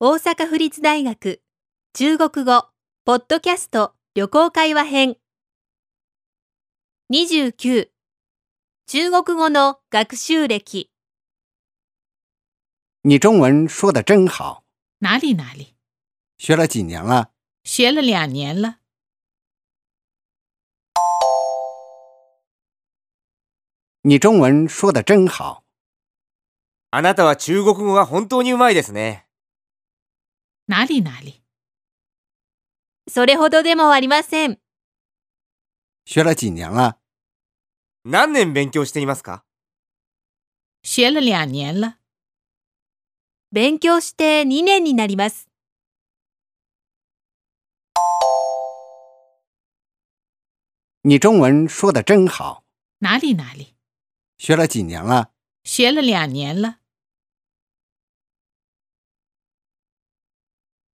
大阪府立大学中国語ポッドキャスト旅行会話編29中国語の学習歴你中文说得真好， 哪里哪里， 学了几年了？ 学了2年了。 你中文说得真好。 あなたは中国語が本当にうまいですね。 哪里哪里， それほどでもありません。 学了几年了？ 何年勉強していますか？ 学了2年了。 勉強して2年になります。 你中文说得真好， 哪里哪里， 学了几年了？ 学了2年了。